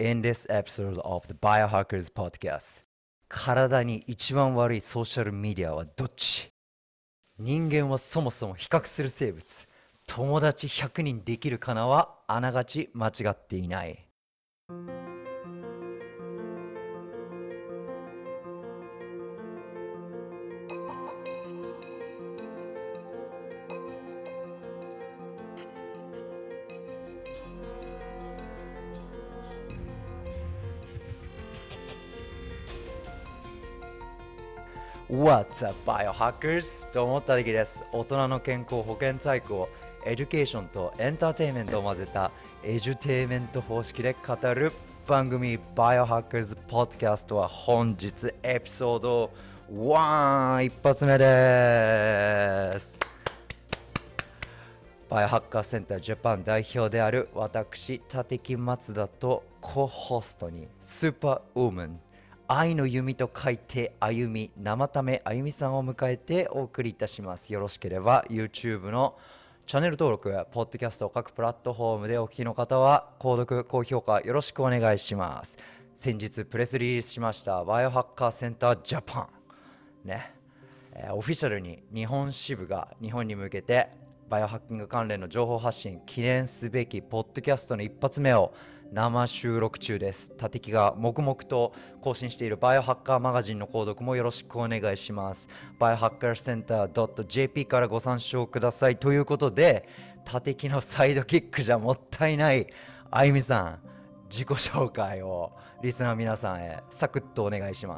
In this episode of the Biohackers Podcast 体に一番悪いソーシャルメディアはどっち？人間はそもそも比較する生物。友達100人できるかなはあながち間違っていない。What's up, Biohackers? どうもたりきです。大人の健康保健サイクをエデュケーションとエンターテインメントを混ぜたエデュテイメント方式で語る番組 Biohackers Podcast は本日エピソード1一発目です。バイオハッカーセンタージャパン代表である私、立木松田とコホストにスーパーウーマン愛の弓と書いてあゆみ生ためあゆみさんを迎えてお送りいたします。よろしければ YouTube のチャンネル登録やポッドキャスト各プラットフォームでお聞きの方は購読高評価よろしくお願いします。先日プレスリリースしましたバイオハッカーセンタージャパンね、オフィシャルに日本支部が日本に向けてバイオハッキング関連の情報発信記念すべきポッドキャストの一発目を生収録中です。立木が黙々と更新しているバイオハッカーマガジンの購読もよろしくお願いします。バイオハッカーセンター .jp からご参照ください。ということで、立木のサイドキックじゃもったいないあゆみさん、自己紹介をリスナーの皆さんへサクッとお願いします。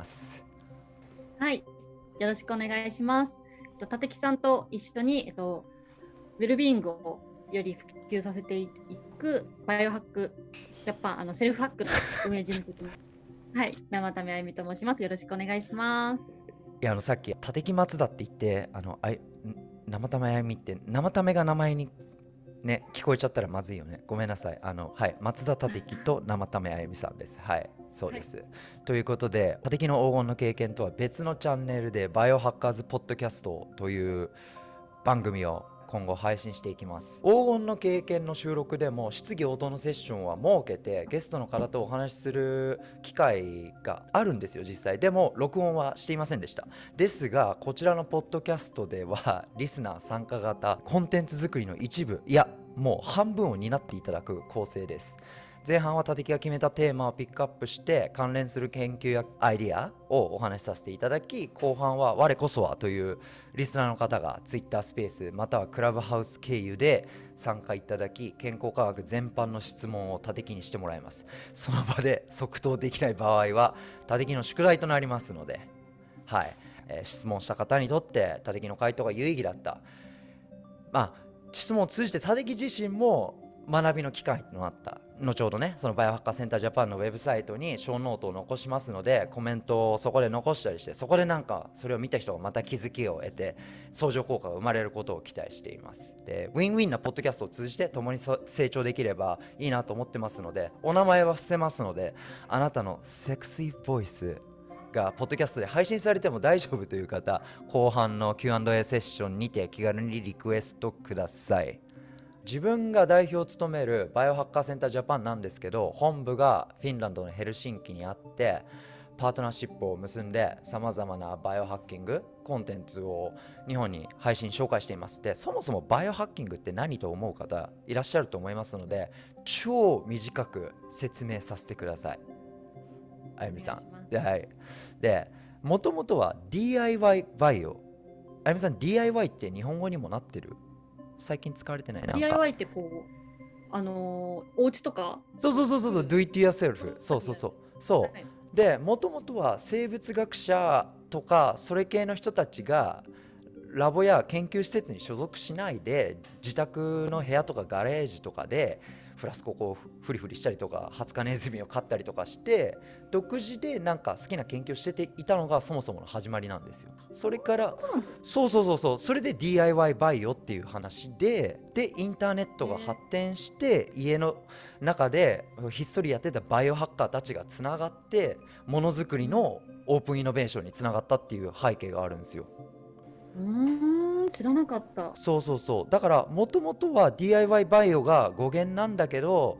はい、よろしくお願いします。立木さんと一緒に、ウェルビーイングをより普及させていくバイオハックジャパンセルフハックの運営事務局のはい生田目あゆみと申します。よろしくお願いします。 いやさっき立木松田って言って生田目あゆみって生田目が名前にね聞こえちゃったらまずいよね。ごめんなさい。はい松田立木と生田目あゆみさんです。はいそうです、はい、ということで立木の黄金の経験とは別のチャンネルでバイオハッカーズポッドキャストという番組を今後配信していきます。黄金の経験の収録でも質疑応答のセッションは設けてゲストの方とお話しする機会があるんですよ実際。でも録音はしていませんでした。ですがこちらのポッドキャストではリスナー参加型コンテンツ作りの一部いやもう半分を担っていただく構成です。前半は立木が決めたテーマをピックアップして関連する研究やアイディアをお話しさせていただき、後半は我こそはというリスナーの方が Twitter スペースまたはクラブハウス経由で参加いただき、健康科学全般の質問を立木にしてもらいます。その場で即答できない場合は立木の宿題となりますので、はい、質問した方にとって立木の回答が有意義だった、質問を通じて立木自身も学びの機会となった。後ほどねそのバイオハッカーセンタージャパンのウェブサイトにショーノートを残しますので、コメントをそこで残したりして、そこでなんかそれを見た人がまた気づきを得て相乗効果が生まれることを期待しています。でウィンウィンなポッドキャストを通じて共に成長できればいいなと思ってますので、お名前は伏せますので、あなたのセクシーボイスがポッドキャストで配信されても大丈夫という方、後半の Q&A セッションにて気軽にリクエストください。自分が代表を務めるバイオハッカーセンタージャパンなんですけど、本部がフィンランドのヘルシンキにあってパートナーシップを結んでさまざまなバイオハッキングコンテンツを日本に配信紹介しています。でそもそもバイオハッキングって何と思う方いらっしゃると思いますので、超短く説明させてください。あゆみさんでもともとは DIY バイオ。あゆみさん DIY って日本語にもなってる？最近使われてない？なんか DIY ってお家とかそう Do it yourself そう、はい、でもともとは生物学者とかそれ系の人たちがラボや研究施設に所属しないで自宅の部屋とかガレージとかでフラスコをこうフリフリしたりとかハツカネズミを飼ったりとかして独自でなんか好きな研究をしていたのがそもそもの始まりなんですよ。それからそれで DIY バイオっていう話でインターネットが発展して家の中でひっそりやってたバイオハッカーたちがつながってものづくりのオープンイノベーションにつながったっていう背景があるんですよ。 知らなかった。 そうだからもともとは DIY バイオが語源なんだけど、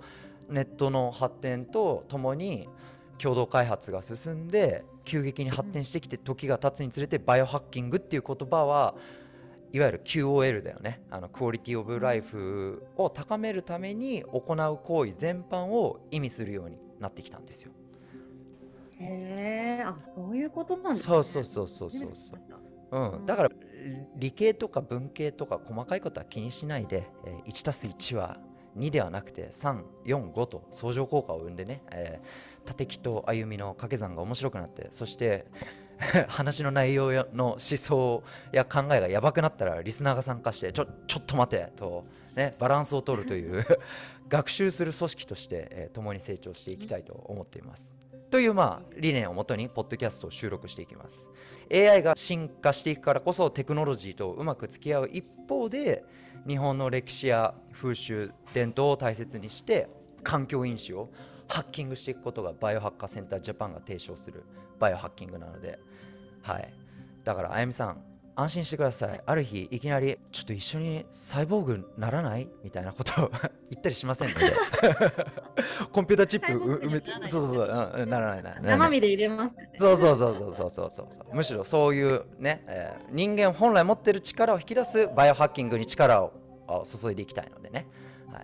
ネットの発展とともに共同開発が進んで急激に発展してきて、時が経つにつれてバイオハッキングっていう言葉はいわゆる QOL だよね。クオリティオブライフを高めるために行う行為全般を意味するようになってきたんですよ。 へえ、あ、そういうことなんですね。 そうそうそうそうそうそう、だから理系とか文系とか細かいことは気にしないで、1たす1は2ではなくて3、4、5と相乗効果を生んでね、立木と歩みの掛け算が面白くなって、そして話の内容の思想や考えがやばくなったらリスナーが参加してちょっと待てと、ね、バランスを取るという学習する組織として、共に成長していきたいと思っていますという、理念をもとにポッドキャストを収録していきます。 AI が進化していくからこそテクノロジーとうまく付き合う一方で、日本の歴史や風習伝統を大切にして環境因子をハッキングしていくことがバイオハッカーセンタージャパンが提唱するバイオハッキングなので、はい、だからあやみさん安心してください、 はい、 ある日いきなりちょっと一緒にサイボーグならないみたいなことを言ったりしませんのでコンピューターチップ埋めて、そうそうそう、ならないな、 生身で入れますかね。 そうそうそうそうそうそうそう、むしろそういうね、人間本来持ってる力を引き出すバイオハッキングに力を注いでいきたいのでね、はい、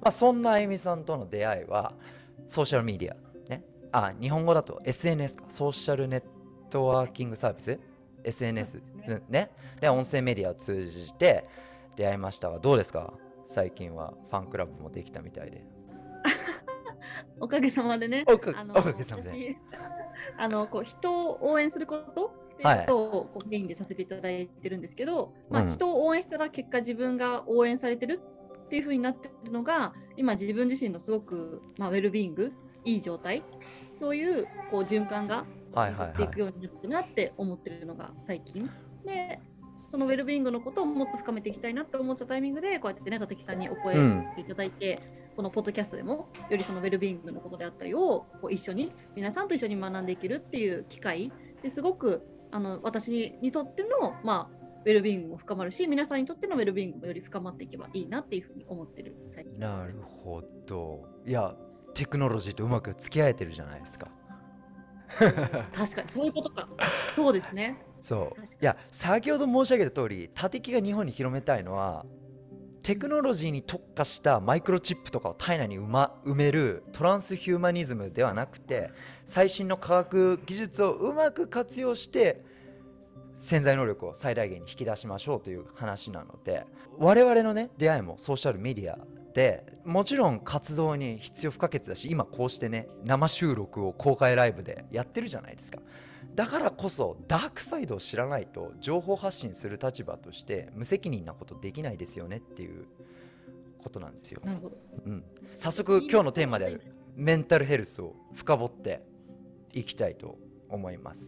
そんなあゆみさんとの出会いはソーシャルメディア、ね、日本語だと SNS か、ソーシャルネットワーキングサービス、SNS ね、で音声メディアを通じて出会いましたが、どうですか、最近はファンクラブもできたみたいで。 おかげさまでね、 おかげさまでこう人を応援することっていうことをこうメインでさせていただいてるんですけど、人を応援したら結果自分が応援されてるっていう風になってるのが今自分自身のすごく、ウェルビーイング、いい状態、そういうこう循環がっていくようになってるなって思ってるのが最近で、そのウェルビーイングのことをもっと深めていきたいなと思ったタイミングでこうやってね、立木さんにお声いただいて、このポッドキャストでもよりそのウェルビーイングのことであったりをこう一緒に皆さんと一緒に学んでいけるっていう機会ですごく私にとっての、ウェルビーイングも深まるし、皆さんにとってのウェルビーイングもより深まっていけばいいなっていうふうに思ってる最近。 なるほど。いや、テクノロジーとうまく付き合えてるじゃないですか。 確かにそういうことか。そうですね。 そう。いや、先ほど申し上げた通り、立木が日本に広めたいのはテクノロジーに特化したマイクロチップとかを体内に埋めるトランスヒューマニズムではなくて、最新の科学技術をうまく活用して潜在能力を最大限に引き出しましょうという話なので、我々のね出会いもソーシャルメディアでもちろん活動に必要不可欠だし、今こうしてね生収録を公開ライブでやってるじゃないですか。だからこそダークサイドを知らないと情報発信する立場として無責任なことできないですよねっていうことなんですよ。 なるほど、 早速今日のテーマであるメンタルヘルスを深掘っていきたいと思います。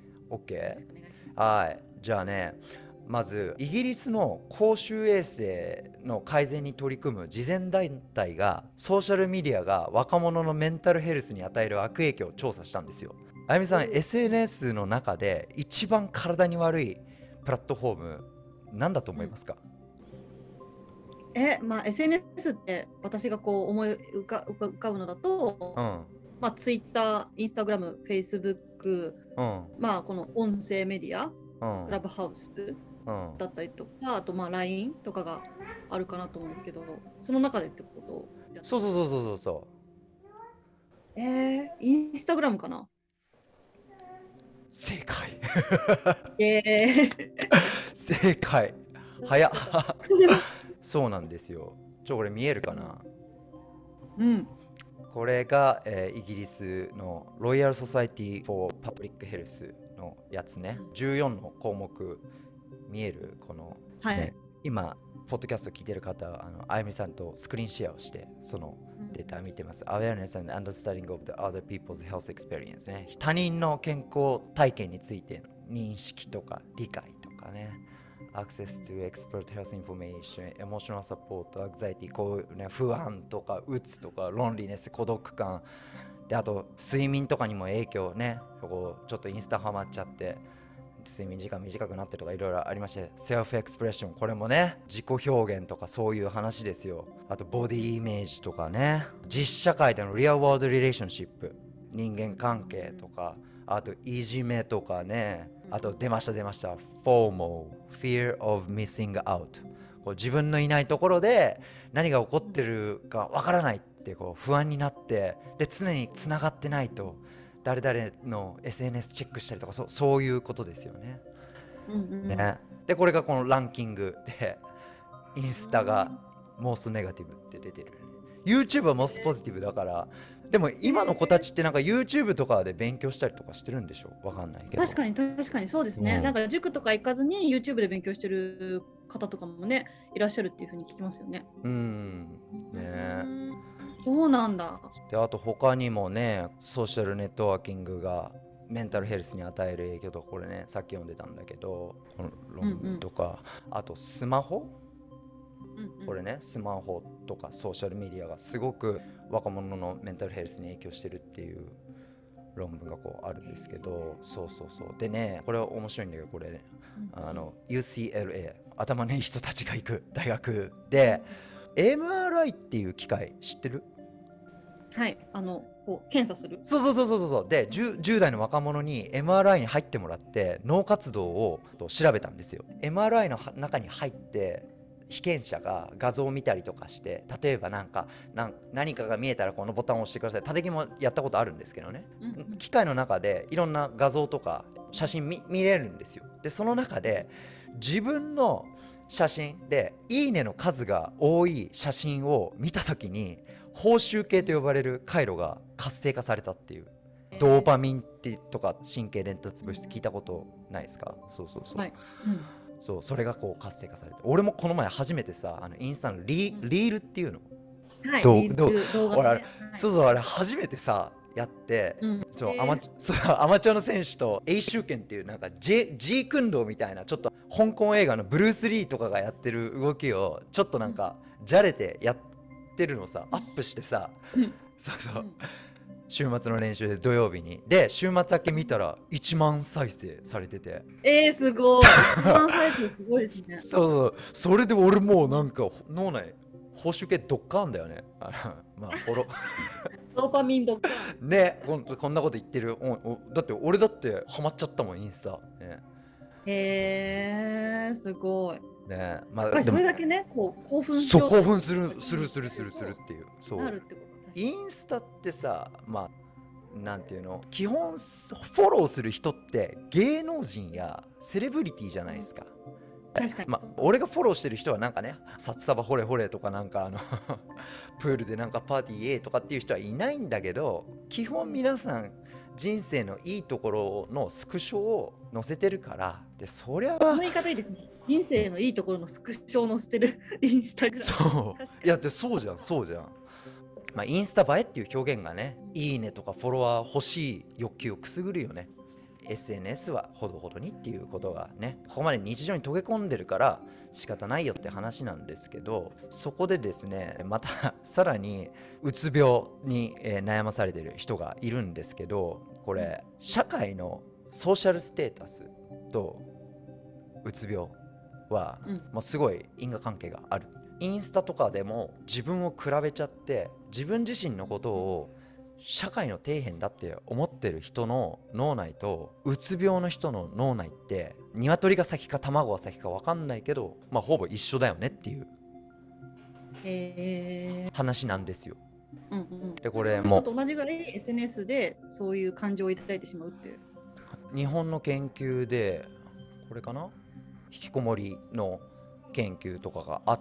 OK、 はい、じゃあね、まずイギリスの公衆衛生の改善に取り組む慈善団体がソーシャルメディアが若者のメンタルヘルスに与える悪影響を調査したんですよ。あやみさん、SNS の中で一番体に悪いプラットフォーム何だと思いますか？ SNS って私がこう思い浮かぶのだと、Twitter、Instagram、Facebook、この音声メディア、クラブハウスだったりとか、あとLINE とかがあるかなと思うんですけど、その中でってこと？ そう。 インスタグラムかな？ 正解正解。早っそうなんですよ。これ見えるかな？これが、イギリスのロイヤル・ソサエティ・フォー・パブリック・ヘルスのやつね。14の項目見える？この、今ポッドキャスト聞いてる方はあやみさんとスクリーンシェアをしてそのデータ見てます。Awareness and Understanding of the Other People's Health Experience ね。他人の健康体験についての認識とか理解とかね。Access to Expert Health Information、Emotional Support、Anxiety、こういうね、不安とかうつとかロンリネス、孤独感で、あと睡眠とかにも影響ね。ここちょっとインスタハマっちゃって睡眠時間短くなってるとかいろいろありまして、セルフエクスプレッション、これもね自己表現とかそういう話ですよ。あとボディイメージとかね、実社会でのリアルワールドリレーションシップ、人間関係とか、あといじめとかね、あと出ました FOMO Fear of Missing Out、 こう自分のいないところで何が起こってるかわからないってこう不安になって、で常につながってないと誰々の SNS チェックしたりとか、そういうことですよね。ね、でこれがこのランキングでインスタがモーストネガティブって出てる、YouTube はモーストポジティブだから。でも今の子たちってなんか YouTube とかで勉強したりとかしてるんでしょ、わかんないけど。 確かにそうですね、なんか塾とか行かずに YouTube で勉強してる方とかもねいらっしゃるっていうふうに聞きますよね。 ね、 そうなんだ。 であと他にもね、ソーシャルネットワーキングがメンタルヘルスに与える影響とか、これねさっき読んでたんだけど、この論文とか、あとスマホ、これねスマホとかソーシャルメディアがすごく若者のメンタルヘルスに影響してるっていう論文がこうあるんですけど、そうでね、これは面白いんだけど、これねUCLA 頭のいい人たちが行く大学で MRI っていう機械知ってる？ はい、こう検査する。 そうで 10代の若者に MRI に入ってもらって脳活動を調べたんですよ。 MRI の中に入って被験者が画像を見たりとかして、例えば何かが見えたらこのボタンを押してください、縦木もやったことあるんですけどね、機械の中でいろんな画像とか写真 見れるんですよ。でその中で自分の写真でいいねの数が多い写真を見た時に報酬系と呼ばれる回路が活性化されたっていう、ドーパミンってとか神経伝達物質聞いたことないですか？そう、はい、それがこう活性化されて、俺もこの前初めてさ、インスタのリールっていうの、 はい、動画、 俺あれ初めてさやって、アマチュアの選手と英州拳っていうなんか G 訓導みたいな、ちょっと香港映画のブルース・リーとかがやってる動きをちょっとなんかじゃれてやってるのさ、アップしてさ、週末の練習で土曜日に、で週末明け見たら1万再生されてて、 すごい1万再生すごいですね。 それで俺もうなんか脳内報酬系ドッカーンだよね。まあドーパミンドッカーンね、こんなこと言ってる。だって俺だってハマっちゃったもん、インスタ、 ね。すごいね。 まあ、それだけねこう興奮するっていう。そうなるってこと。 インスタってさ、まあなんていうの、基本フォローする人って芸能人やセレブリティじゃないですか。 確かに、 俺がフォローしてる人はなんかね、札束ホレホレとかなんかプールでなんかパーティー A とかっていう人はいないんだけど、基本皆さん人生のいいところのスクショを載せてるから、でそりゃこの言い方いいですね。人生のいいところのスクショを載せてるインスタグラム。 そういやでそうじゃん。まあ、インスタ映えっていう表現がね、いいねとかフォロワー欲しい欲求をくすぐるよね。SNS はほどほどにっていうことがね、ここまで日常に溶け込んでるから仕方ないよって話なんですけど、そこでですね、またさらにうつ病に悩まされてる人がいるんですけど、これ社会のソーシャルステータスとうつ病は、もうすごい因果関係がある。インスタとかでも自分を比べちゃって自分自身のことを社会の底辺だって思ってる人の脳内とうつ病の人の脳内って鶏が先か卵が先か分かんないけど、まあほぼ一緒だよねっていう話なんですよ。でこれも同じぐらい SNS でそういう感情を抱いてしまうっていう日本の研究で、これかな、引きこもりの研究とかがあって、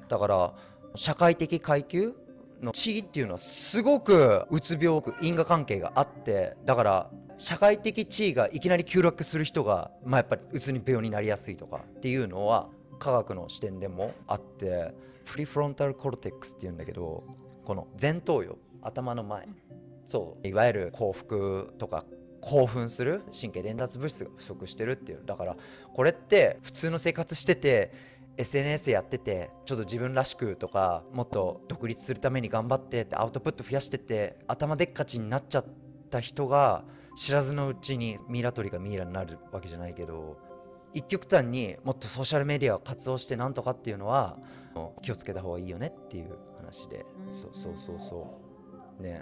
だから社会的階級の地位っていうのはすごくうつ病因果関係があって、だから社会的地位がいきなり急落する人が、まあ、やっぱりうつ病になりやすいとかっていうのは科学の視点でもあって、プリフロンタルコルテックスっていうんだけど、この前頭葉、頭の前、そういわゆる幸福とか興奮する神経伝達物質が不足してるっていう。だからこれって普通の生活しててSNS やっててちょっと自分らしくとかもっと独立するために頑張ってってアウトプット増やしてて頭でっかちになっちゃった人が知らずのうちにミイラ取りがミイラになるわけじゃないけど、一極端にもっとソーシャルメディアを活用してなんとかっていうのは気をつけた方がいいよねっていう話で、そうね。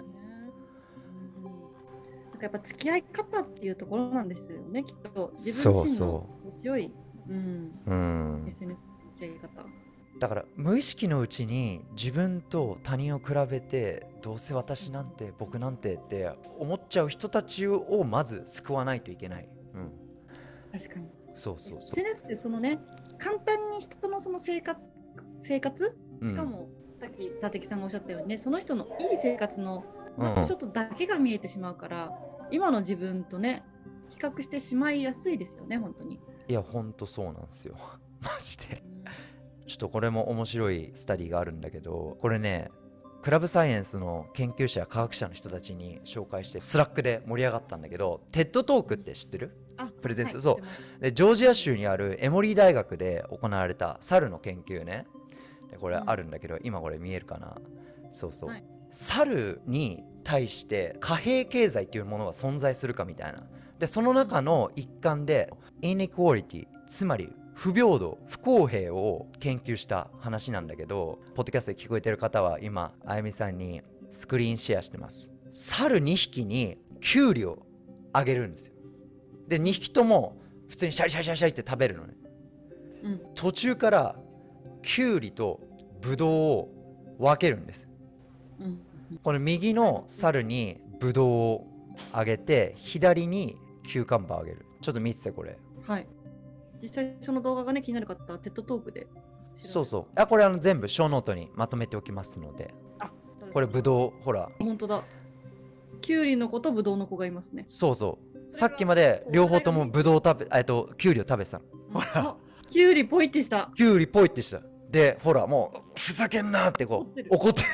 なんかやっぱ付き合い方っていうところなんですよね、きっと。自分自身の強い、SNS の付き合い方。 だから無意識のうちに自分と他人を比べて、どうせ私なんて僕なんてって思っちゃう人たちをまず救わないといけない。 確かに。 そう。 SNS ってそのね、簡単に人のその生活、しかもさっき立木さんがおっしゃったようにね、その人のいい生活のスナップショットだけが見えてしまうから、今の自分とね比較してしまいやすいですよね、本当に。 いや本当そうなんですよマジで。ちょっとこれも面白いスタディがあるんだけど、これねクラブサイエンスの研究者や科学者の人たちに紹介してスラックで盛り上がったんだけど、テッドトークって知ってる？プレゼンス、そうでジョージア州にあるエモリー大学で行われた猿の研究ね。でこれあるんだけど、今これ見えるかな。そう、猿に対して貨幣経済っていうものが存在するかみたいな。でその中の一環でイネクオリティ、つまり不平等不公平を研究した話なんだけど、ポッドキャストで聞こえてる方は今あゆみさんにスクリーンシェアしてます。猿2匹に給料をあげるんですよ。で2匹とも普通にシャリシャリシャリシャリって食べるのね、途中からキュウリとブドウを分けるんです、この右の猿にブドウをあげて、左にキューカンバーあげる。ちょっと見ててこれ。 はい。実際その動画がね気になる方はテッドトークで。 そうこれ全部ショーノートにまとめておきますので。これブドウ、ほら本当だ。キュウリの子とブドウの子がいますね。 そうさっきまで両方ともブドウを食べキュウリを食べてたの。ほらキュウリポイってした。 キュウリポイってした。でほらもうふざけんなってこう怒ってる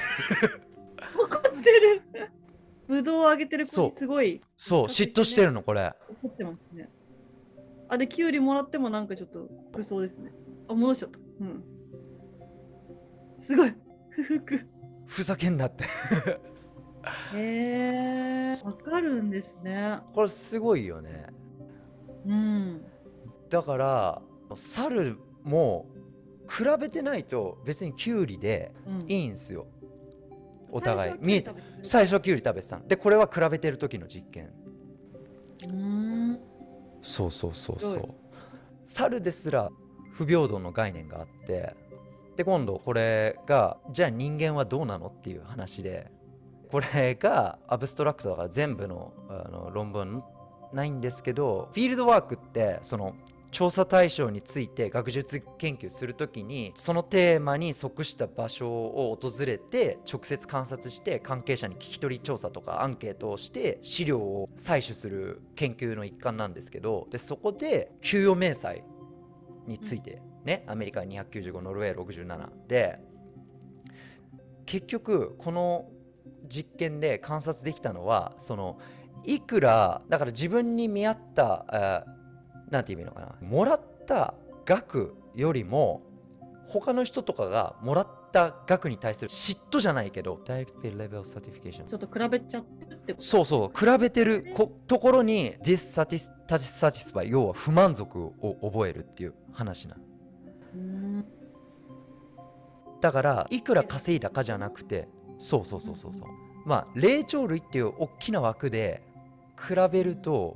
ブドウをあげてる子にすごい嫉妬してるのこれ。 怒ってますね。でキュウリもらってもなんかちょっと服装ですね。戻しちゃった。すごいふざけんなってわかるんですね。 これすごいよね。だから猿も比べてないと別にキュウリでいいんすよ、お互い見えた。最初はキュウリ食べてたので、これは比べてる時の実験。そう猿ですら不平等の概念があって、で今度これがじゃあ人間はどうなのっていう話で、これがアブストラクトだから全部の論文ないんですけど、フィールドワークってその調査対象について学術研究するときに、そのテーマに即した場所を訪れて直接観察して関係者に聞き取り調査とかアンケートをして資料を採取する研究の一環なんですけど、でそこで給与明細についてね、アメリカ295、ノルウェー67で、結局この実験で観察できたのは、そのいくらだから自分に見合ったなんていう意味のかな、もらった額よりも他の人とかがもらった額に対する嫉妬じゃないけど、ダイレクトペイレベルサティフィケーション、 ちょっと比べちゃってるってこと。 そう比べてるところにdissatisfied、要は不満足を覚えるっていう話な。だからいくら稼いだかじゃなくて、そうまあ霊長類っていう大きな枠で比べると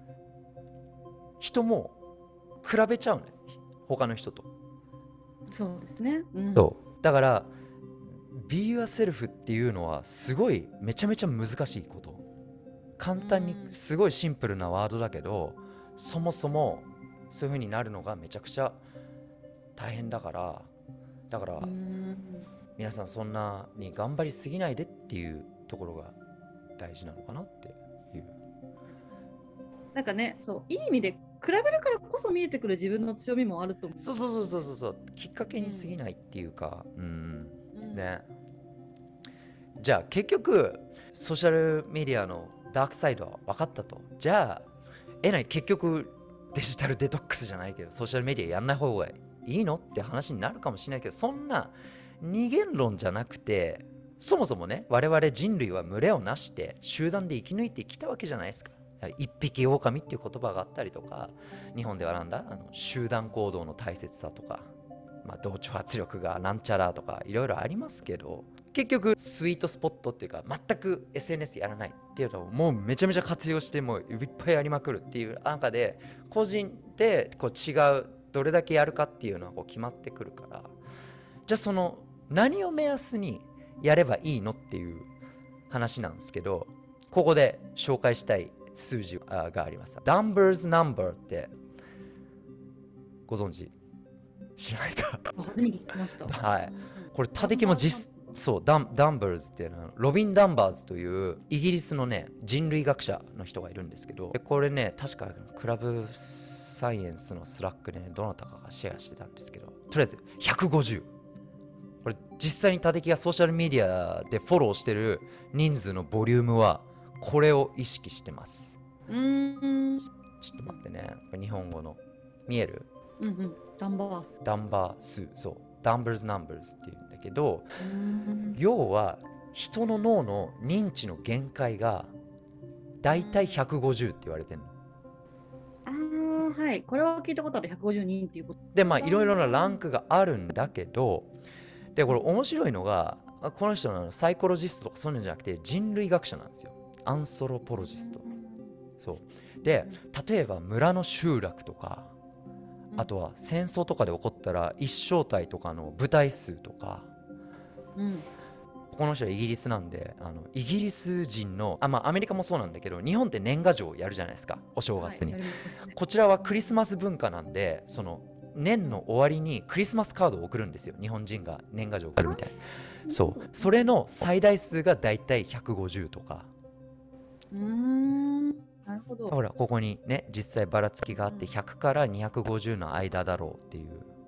人も比べちゃうね、他の人と。 そうですね、 そうだから Be yourself っていうのはすごいめちゃめちゃ難しいこと。簡単にすごいシンプルなワードだけど、そもそもそういう風になるのがめちゃくちゃ大変だから、皆さんそんなに頑張りすぎないでっていうところが大事なのかなっていう。 なんかね、そういい意味で比べるからこそ見えてくる自分の強みもあると思う。 そうきっかけに過ぎないっていうか、ね。じゃあ結局ソーシャルメディアのダークサイドは分かったと。じゃあ結局デジタルデトックスじゃないけどソーシャルメディアやんない方がいいのって話になるかもしれないけど、そんな二元論じゃなくて、 そもそもね、我々人類は群れをなして集団で生き抜いてきたわけじゃないですか。一匹狼っていう言葉があったりとか、日本ではなんだ、集団行動の大切さとか、同調圧力がなんちゃらとかいろいろありますけど、結局スイートスポットっていうか、全く SNS やらないっていうのをもうめちゃめちゃ活用して、もういっぱいやりまくるっていう中で、個人でこう違うどれだけやるかっていうのはこう決まってくるから、じゃあその何を目安にやればいいのっていう話なんですけど、ここで紹介したい数字があります。ダンバーズナンバーってご存知？知らないか？ 初めて聞きました。 はい。これ他敵もそうダンバーズっていうのはロビン・ダンバーズというイギリスのね人類学者の人がいるんですけど、これね確かクラブサイエンスのスラックでねどなたかがシェアしてたんですけど、とりあえず150、これ実際に他敵がソーシャルメディアでフォローしてる人数のボリュームはこれを意識してます。ちょっと待ってね、日本語の見える？ ダンバー数。 ダンバー数、そうダンバーズナンバーズっていうんだけど、要は人の脳の認知の限界がだいたい150って言われてるの。 はい、これは聞いたことある。150人っていうことでいろいろなランクがあるんだけど、でこれ面白いのが、この人のサイコロジストとかそういうんじゃなくて人類学者なんですよ。アンソロポロジスト。そうで、例えば村の集落とか、あとは戦争とかで起こったら一小隊とかの部隊数とか、この人はイギリスなんで、イギリス人のアメリカもそうなんだけど、日本って年賀状やるじゃないですか、お正月に、こちらはクリスマス文化なんで、その年の終わりにクリスマスカードを送るんですよ。日本人が年賀状を送るみたいな。それの最大数がだいたい150とか。 なるほど。 ほらここにね実際ばらつきがあって、100から250の間だろうっていう。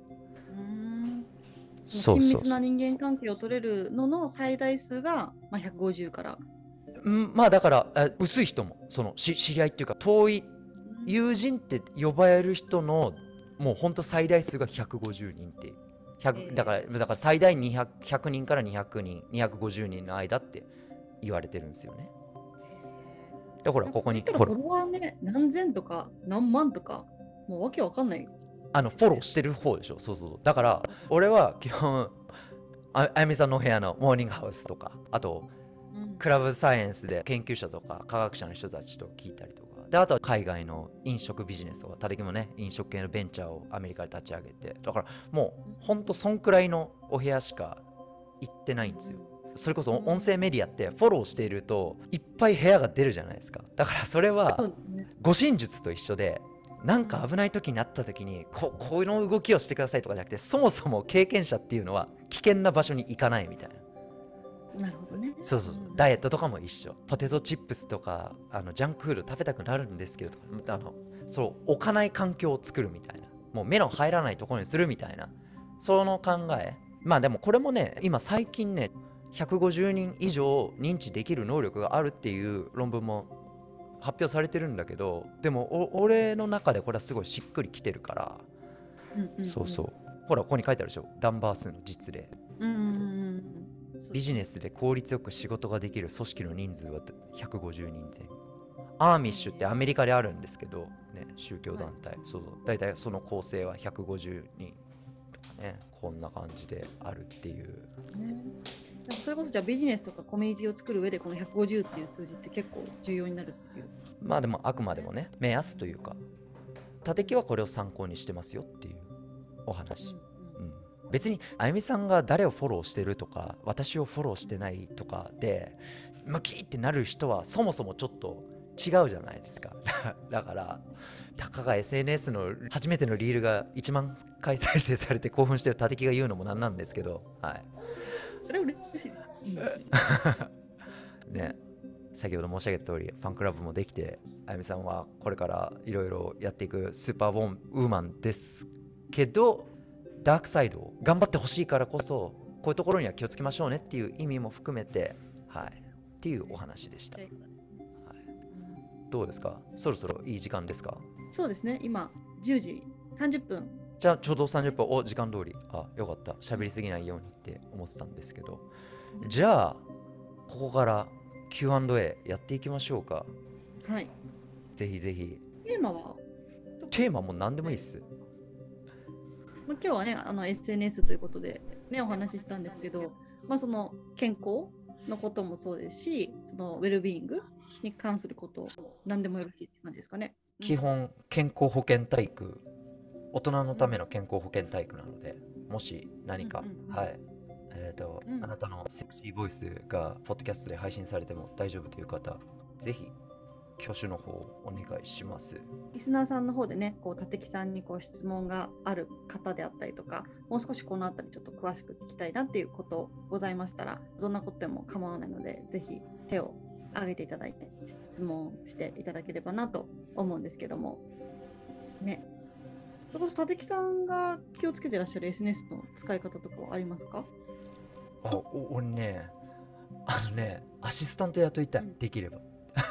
親密な人間関係を取れるのの最大数が、150から。 だから薄い人もその知り合いっていうか遠い友人って呼ばれる人のもうほんと最大数が150人ってだから最大100人から200人250人の間って言われてるんですよね。でほらここにフォロワーね、何千とか何万とかもうわけわかんない。 フォローしてる方でしょ。そうだから俺は基本あやみさんの部屋のモーニングハウスとか、あとクラブサイエンスで研究者とか科学者の人たちと聞いたりとかで、あとは海外の飲食ビジネスとか、ただきもね飲食系のベンチャーをアメリカで立ち上げて、だからもうほんとそんくらいのお部屋しか行ってないんですよ。それこそ音声メディアってフォローしているといっぱい部屋が出るじゃないですか。だからそれは護身術と一緒で、なんか危ない時になった時にこの動きをしてくださいとかじゃなくて、そもそも経験者っていうのは危険な場所に行かないみたいな。 なるほどね。 そうダイエットとかも一緒。ポテトチップスとかジャンクフード食べたくなるんですけど、置かない環境を作るみたいな、もう目の入らないところにするみたいな、その考え。でもこれもね今最近ね150人以上認知できる能力があるっていう論文も発表されてるんだけど、でも俺の中でこれはすごいしっくりきてるから、ほらここに書いてあるでしょ、ダンバー数の実例。ビジネスで効率よく仕事ができる組織の人数は150人前後。アーミッシュってアメリカであるんですけど、ね、宗教団体、だいたいその構成は150人とかね、こんな感じであるっていう。 それこそじゃあビジネスとかコミュニティを作る上でこの150っていう数字って結構重要になるっていう。 でもあくまでもね目安というか、他敵はこれを参考にしてますよっていうお話。別にあゆみさんが誰をフォローしてるとか私をフォローしてないとかでムキってなる人はそもそもちょっと違うじゃないですか。だからたかが SNS の初めてのリールが1万回再生されて興奮してる他敵が言うのもなんなんですけど、 それは嬉しいね、先ほど申し上げた通りファンクラブもできて、あゆみさんはこれからいろいろやっていくスーパーウーマンですけど、ダークサイドを頑張ってほしいからこそこういうところには気をつけましょうねっていう意味も含めて、っていうお話でした。どうですか？そろそろいい時間ですか？ そうですね、今10時30分。 じゃあちょうど30分、時間通り。よかった、喋りすぎないようにって思ってたんですけど、 じゃあここから Q&A やっていきましょうか。 はい。 ぜひぜひ。 テーマは、 テーマも何でもいいっす。 今日はね、SNS ということで、ね、お話ししたんですけど、その健康のこともそうですし、そのウェルビーイングに関すること、何でもよろしいって感じですかね。 基本健康保険体育、大人のための健康保険体育なので、もし何か、はい、あなたのセクシーボイスがポッドキャストで配信されても大丈夫という方、ぜひ挙手の方お願いします。 リスナーさんの方でね、立木さんに質問がある方であったりとか、もう少しこのあたりちょっと詳しく聞きたいなっていうことございましたら、どんなことでも構わないので、ぜひ手を挙げていただいて質問していただければなと思うんですけどもね。そこそ立木さんが気をつけてらっしゃる SNS の使い方とかはありますか？ 俺ね、アシスタント雇いたい、できれば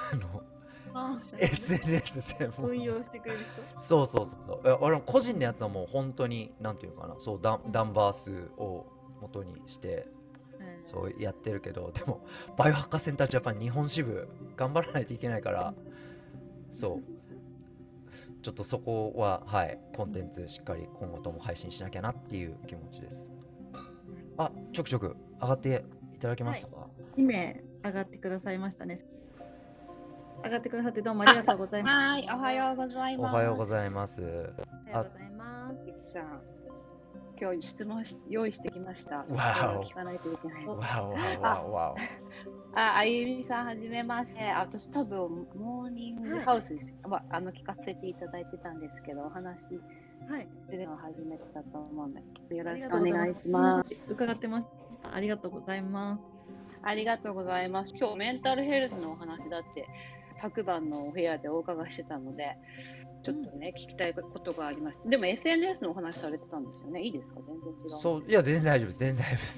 SNS 専門運用してくれる人。 そう俺個人のやつはもう本当になんていうかな、そうダンバー数を元にしてそうやってるけど、でもバイオハッカーセンタージャパン日本支部頑張らないといけないから、そうちょっとそこははいコンテンツしっかり今後とも配信しなきゃなっていう気持ちです。ちょくちょく上がっていただけましたか ？2名上がってくださいましたね。上がってくださってどうもありがとうございます。 はい、おはようございます。 おはようございます。 おはようございます。 ゆきさん、今日質問用意してきました。 わお。 聞かないといけない。 わお。 あゆみさん、はじめまして。私、多分、モーニングハウスに、聞かせていただいてたんですけど、お話するの初めてだと思うので、よろしくお願いします。 伺ってました。ありがとうございます。 ありがとうございます。今日、メンタルヘルスのお話だって、昨晩のお部屋でお伺いしてたので、ちょっとね、聞きたいことがありました。でも SNS のお話されてたんですよね。いいですか？全然違う。 そう、いや、全然大丈夫です。全然大丈夫です。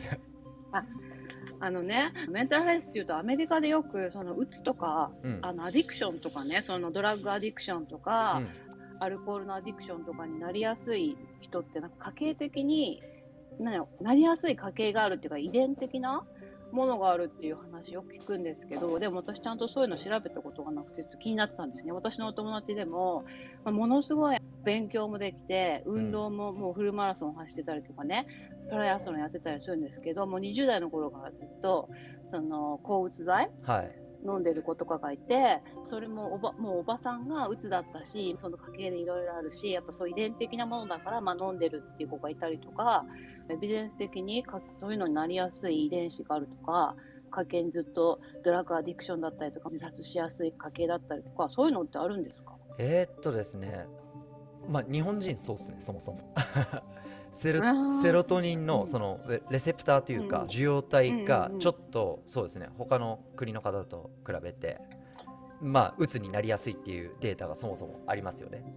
メンタルヘルスっていうとアメリカでよくそのうつとか、アディクションとかね、そのドラッグアディクションとか、アルコールのアディクションとかになりやすい人ってなんか家系的になりやすい家系があるっていうか遺伝的なものがあるっていう話を聞くんですけど、でも私ちゃんとそういうの調べたことがなくて気になってたんですね。私のお友達でも、ものすごい勉強もできて運動ももうフルマラソン走ってたりとかね、トライアスロンやってたりするんですけども、20代の頃からずっとその抗うつ剤、飲んでる子とかがいて、それももうおばさんがうつだったし、その家系でいろいろあるし、やっぱそう遺伝的なものだから、飲んでるっていう子がいたりとか、エビデンス的にそういうのになりやすい遺伝子があるとか、家系にずっとドラッグアディクションだったりとか自殺しやすい家系だったりとか、そういうのってあるんですか？ ですね、日本人そうですね、そもそもセロトニンのそのレセプターというか受容体がちょっとそうですね、他の国の方と比べてうつになりやすいっていうデータがそもそもありますよね。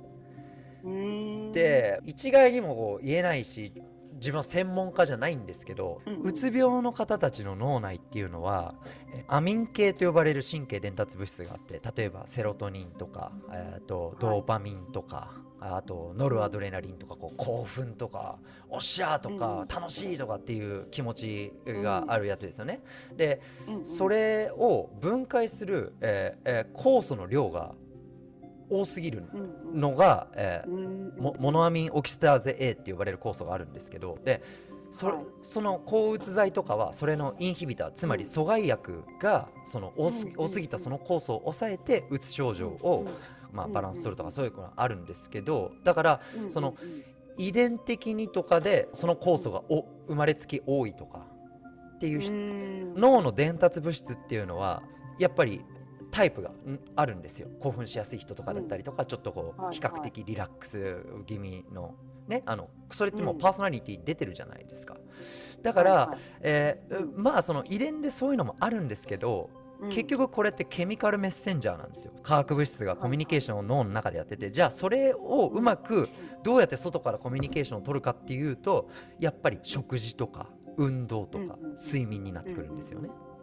で、一概にも言えないし、自分は専門家じゃないんですけど、うつ病の方たちの脳内っていうのはアミン系と呼ばれる神経伝達物質があって、例えばセロトニンとか、ドーパミンとか、あとノルアドレナリンとか、興奮とかおっしゃーとか、楽しいとかっていう気持ちがあるやつですよね。で、それを分解する、酵素の量が多すぎるのが、モノアミンオキシダーゼ A って呼ばれる酵素があるんですけど、でその抗うつ剤とかはそれのインヒビター、つまり阻害薬がその多すぎたその酵素を抑えてうつ症状をバランス取るとか、そういうのがあるんですけど、だからその遺伝的にとかでその酵素が生まれつき多いとかっていう脳の伝達物質っていうのはやっぱりタイプがあるんですよ。興奮しやすい人とかだったりとか、ちょっと比較的リラックス気味のね、それってもうパーソナリティ出てるじゃないですか。だから、その遺伝でそういうのもあるんですけど、結局これってケミカルメッセンジャーなんですよ。化学物質がコミュニケーションを脳の中でやってて、じゃあそれをうまくどうやって外からコミュニケーションを取るかっていうと、やっぱり食事とか運動とか睡眠になってくるんですよね。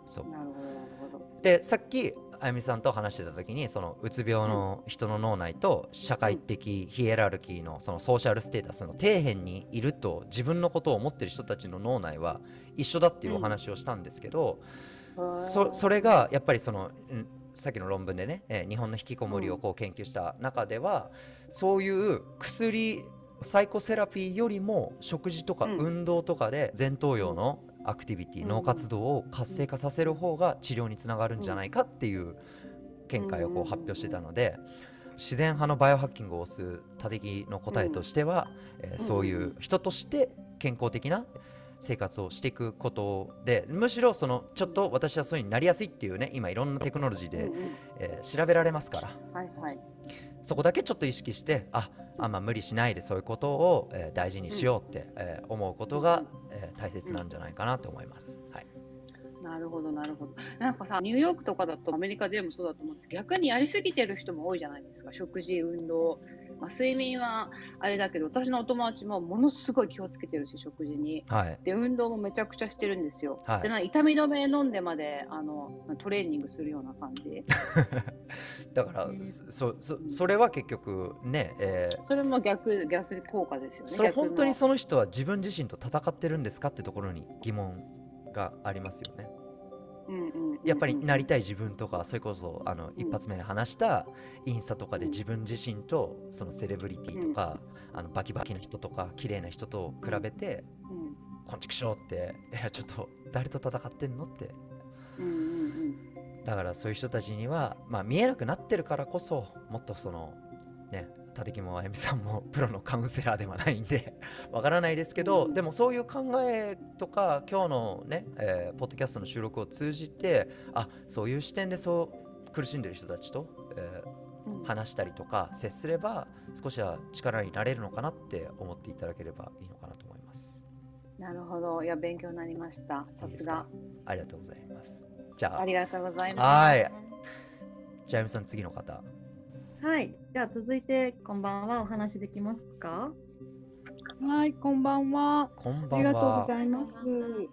そうなるほどなるほど。 でさっきあゆみさんと話してた時にそのうつ病の人の脳内と社会的ヒエラルキーのそのソーシャルステータスの底辺にいると自分のことを思ってる人たちの脳内は一緒だっていうお話をしたんですけど、それがやっぱりその、さっきの論文でね、日本の引きこもりをこう研究した中では、そういう薬サイコセラピーよりも食事とか運動とかで前頭葉のアクティビティ、脳活動を活性化させる方が治療につながるんじゃないかっていう見解をこう発表してたので、自然派のバイオハッキングを推すタテキの答えとしては、そういう人として健康的な生活をしていくことで、むしろそのちょっと私はそういうになりやすいっていうね、今いろんなテクノロジーで、調べられますから、 はいはい、 そこだけちょっと意識してまあ無理しないでそういうことを、大事にしようって、思うことが、大切なんじゃないかなと思います。はい、 なるほどなるほど。なんかさ、ニューヨークとかだとアメリカでもそうだと思うんですけど、逆にやりすぎてる人も多いじゃないですか。食事、運動、睡眠はあれだけど、私のお友達もものすごい気をつけてるし、食事に、 はい、 で運動もめちゃくちゃしてるんですよ。 はい、 で痛み止め飲んでまでトレーニングするような感じだからそれは結局ね、 それも逆効果ですよね。 それ本当にその人は自分自身と戦ってるんですかってところに疑問がありますよね。やっぱりなりたい自分とか、それこそ一発目に話したインスタとかで自分自身とそのセレブリティとか、バキバキな人とか綺麗な人と比べて、こんちくしょうって、ちょっと誰と戦ってんのって、だからそういう人たちには、見えなくなってるからこそ、もっとそのね、タテキもあやみさんもプロのカウンセラーではないんでわからないですけど、でもそういう考えとか今日のね、ポッドキャストの収録を通じて、そういう視点でそう苦しんでる人たちと、話したりとか接すれば少しは力になれるのかなって思っていただければいいのかなと思います。 なるほど。いや、勉強になりました。さすが。 ありがとうございます。じゃあ、 ありがとうございます。 はい。じゃあ、あやみさん、次の方。 はい。じゃあ続いてこんばんは、お話できますか？ はい、こんばんは。 こんばんは。 ありがとうございます。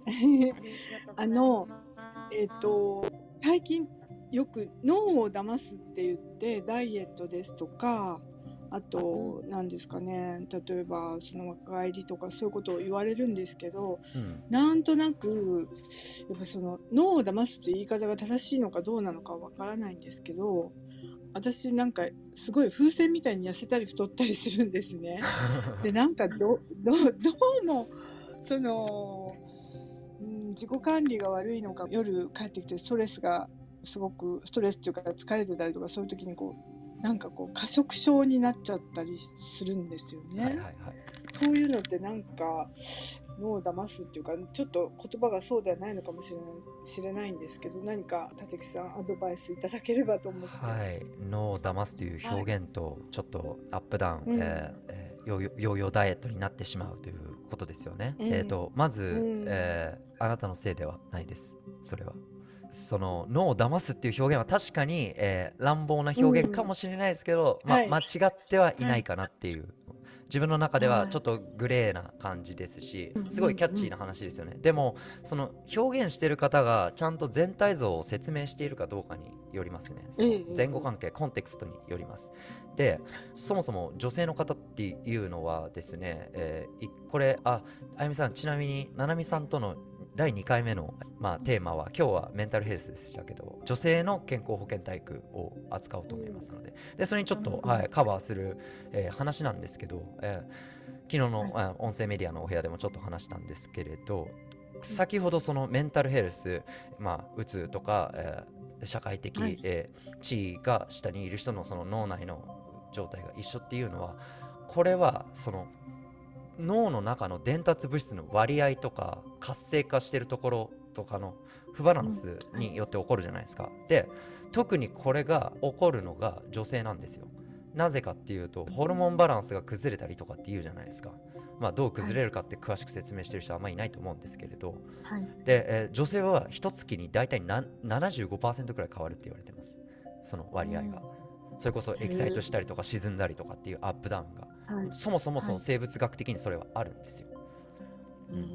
最近よく脳を騙すって言ってダイエットですとか、あと何ですかね、例えばその若返りとかそういうことを言われるんですけど、なんとなくやっぱその脳を騙すという言い方が正しいのかどうなのかわからないんですけど、私なんかすごい風船みたいに痩せたり太ったりするんですね。でなんかどうもその、自己管理が悪いのか、夜帰ってきてストレスっていうか疲れてたりとか、そういう時になんか過食症になっちゃったりするんですよね。そういうのってなんか脳を騙すっていうか、ちょっと言葉がそうではないのかもしれないんですけど、何か立木さんアドバイスいただければと思って。 はい、脳を騙すという表現とちょっとアップダウン、ヨーヨーダイエットになってしまうということですよね。まず、あなたのせいではないです。それはその脳を騙すっていう表現は確かに、乱暴な表現かもしれないですけど、間違ってはいないかなっていう、自分の中ではちょっとグレーな感じですし、すごいキャッチーな話ですよね。でもその表現してる方がちゃんと全体像を説明しているかどうかによりますね。その前後関係、コンテクストによります。で、そもそも女性の方っていうのはですね、これあやみさん、ちなみにななみさんとの第2回目の、テーマは今日はメンタルヘルスでしたけど、女性の健康保険体育を扱おうと思いますので、それにちょっと、カバーする、話なんですけど、昨日の、音声メディアのお部屋でもちょっと話したんですけれど、先ほどそのメンタルヘルス、うつとか、社会的、地位が下にいる人のその脳内の状態が一緒っていうのは、これはその脳の中の伝達物質の割合とか活性化してるところとかの不バランスによって起こるじゃないですか。で、特にこれが起こるのが女性なんですよ。なぜかっていうと、ホルモンバランスが崩れたりとかっていうじゃないですか。どう崩れるかって詳しく説明してる人はあんまりいないと思うんですけれど、で、女性は一月に大体75% くらい変わるって言われてます、その割合が。それこそエキサイトしたりとか沈んだりとかっていうアップダウンが、そもそもその生物学的にそれはあるんですよ。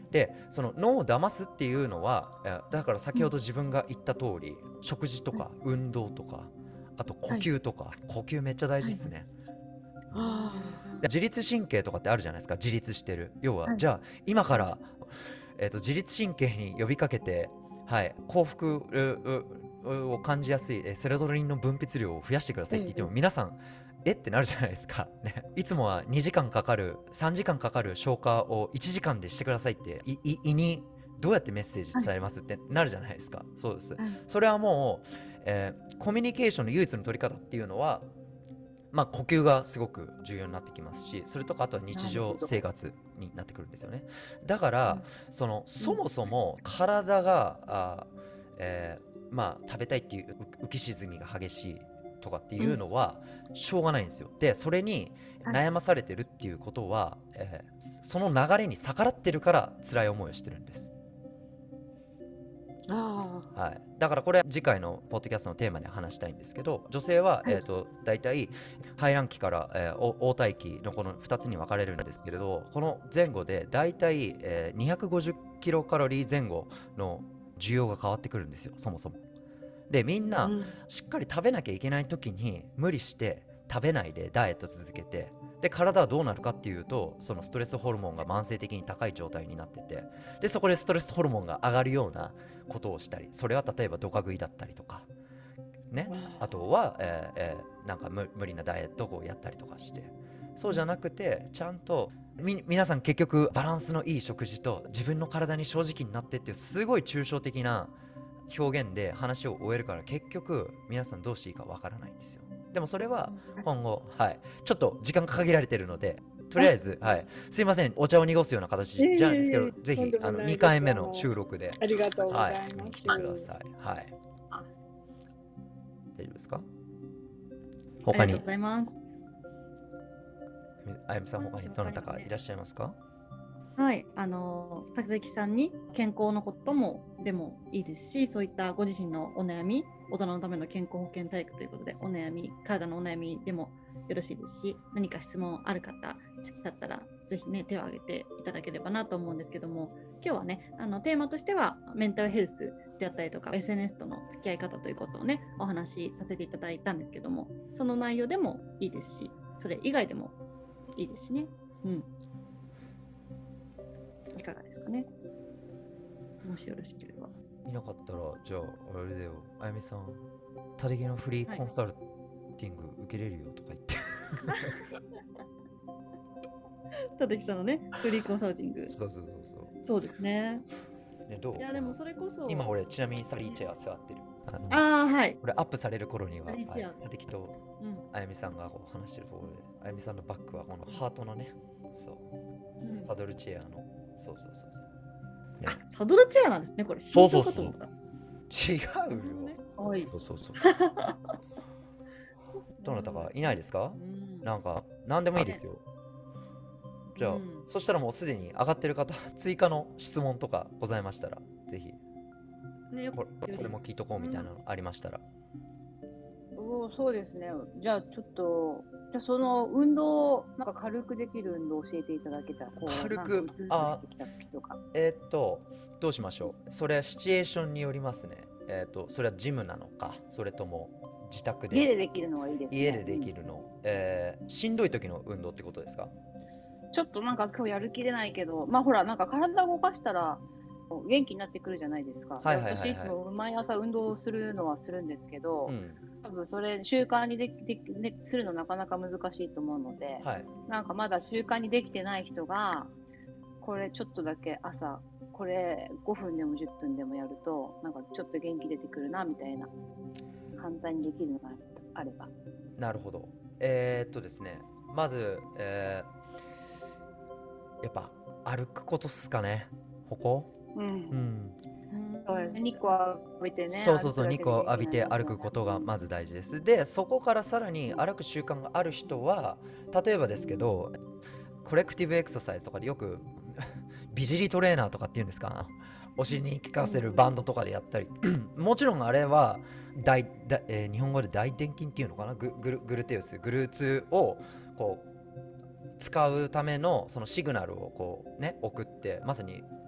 でその脳を騙すっていうのはだから先ほど自分が言った通り、食事とか運動とか、あと呼吸とか、呼吸めっちゃ大事ですね。で自律神経とかってあるじゃないですか、自律してる。要は、じゃあ今から、自律神経に呼びかけて、幸福を感じやすいセロトニンの分泌量を増やしてくださいって言っても、皆さんってなるじゃないですか、ね、いつもは2時間かかる3時間かかる消化を1時間でしてくださいって胃にどうやってメッセージ伝えますってなるじゃないですか。そうです、それはもう、コミュニケーションの唯一の取り方っていうのは、呼吸がすごく重要になってきますし、それとかあとは日常生活になってくるんですよね。だから、そもそも体が食べたいっていう浮き沈みが激しいとかっていうのはしょうがないんですよ。でそれに悩まされてるっていうことは、その流れに逆らってるから辛い思いをしてるんです。だからこれ次回のポッドキャストのテーマで話したいんですけど、女性は、だいたい排卵期から、黄体期のこの2つに分かれるんですけれど、この前後でだいたい、250キロカロリー前後の需要が変わってくるんですよ、そもそも。でみんなしっかり食べなきゃいけない時に無理して食べないでダイエット続けて、で体はどうなるかっていうと、そのストレスホルモンが慢性的に高い状態になってて、でそこでストレスホルモンが上がるようなことをしたり、それは例えばドカ食いだったりとかね、あとは、なんか無理なダイエットをやったりとかして、そうじゃなくてちゃんと皆さん結局バランスのいい食事と自分の体に正直になってっていうすごい抽象的な表現で話を終えるから、結局皆さんどうしていいかわからないんですよ。でもそれは今後、ちょっと時間が限られてるので、とりあえず、すいません、お茶を濁すような形じゃないですけど、ぜひ2回目の収録でありがとうございます。 来てください。大丈夫ですか？他にありがとうございます。 あやみさん、他にどなたかいらっしゃいますか？ 竹崎さんに健康のこともでもいいですし、そういったご自身のお悩み、大人のための健康保険体育ということでお悩み、体のお悩みでもよろしいですし、何か質問ある方だったらぜひね手を挙げていただければなと思うんですけども、今日はねテーマとしてはメンタルヘルスであったりとか SNS との付き合い方ということをねお話しさせていただいたんですけども、その内容でもいいですし、それ以外でもいいですしね。いかがですかね。もしよろしければ。 いなかったら、じゃああれだよ、あやみさん、たてぎのフリーコンサルティング受けれるよとか言って、 たてきさんのね、フリーコンサルティング。そうですね。 どう？ いやでもそれこそ今俺ちなみにサリーチェア座ってる。これアップされる頃にはたてきとあやみさんがこう話してるところで、あやみさんのバックはこのハートのね、サドルチェアの、 サドルチェアなんですね、これ。 そう違うよ。どなたかいないですか？なんか何でもいいですよ。じゃあ、そしたらもうすでに上がってる方、追加の質問とかございましたら、ぜひこれも聞いとこうみたいなのありましたら。 そうですね。じゃあちょっと、その運動、なんか軽くできる運動を教えていただけたら、 軽く、どうしましょう。それはシチュエーションによりますね。それはジムなのか、それとも自宅で。 家でできるのがいいですね。 家でできるの。しんどい時の運動ってことですか？ ちょっとなんか今日やる気出ないけど、ほら、なんか体動かしたら元気になってくるじゃないですか。私いつも毎朝運動するのはするんですけど、多分それ習慣にするのなかなか難しいと思うので、なんかまだ習慣にできてない人がこれちょっとだけ朝これ5分でも10分でもやるとなんかちょっと元気出てくるなみたいな、簡単にできるのがあれば。 なるほど。ですね、まず、やっぱ歩くことっすかね。歩行。 日光浴びてね。 日光浴びて歩くことがまず大事です。でそこからさらに歩く習慣がある人は、例えばですけどコレクティブエクササイズとかでよく美尻トレーナーとかっていうんですか、お尻に効かせるバンドとかでやったりもちろんあれは日本語で大臀筋っていうのかな、グルテウス、グルーツをこう使うためのそのシグナルをこうね送って、まさに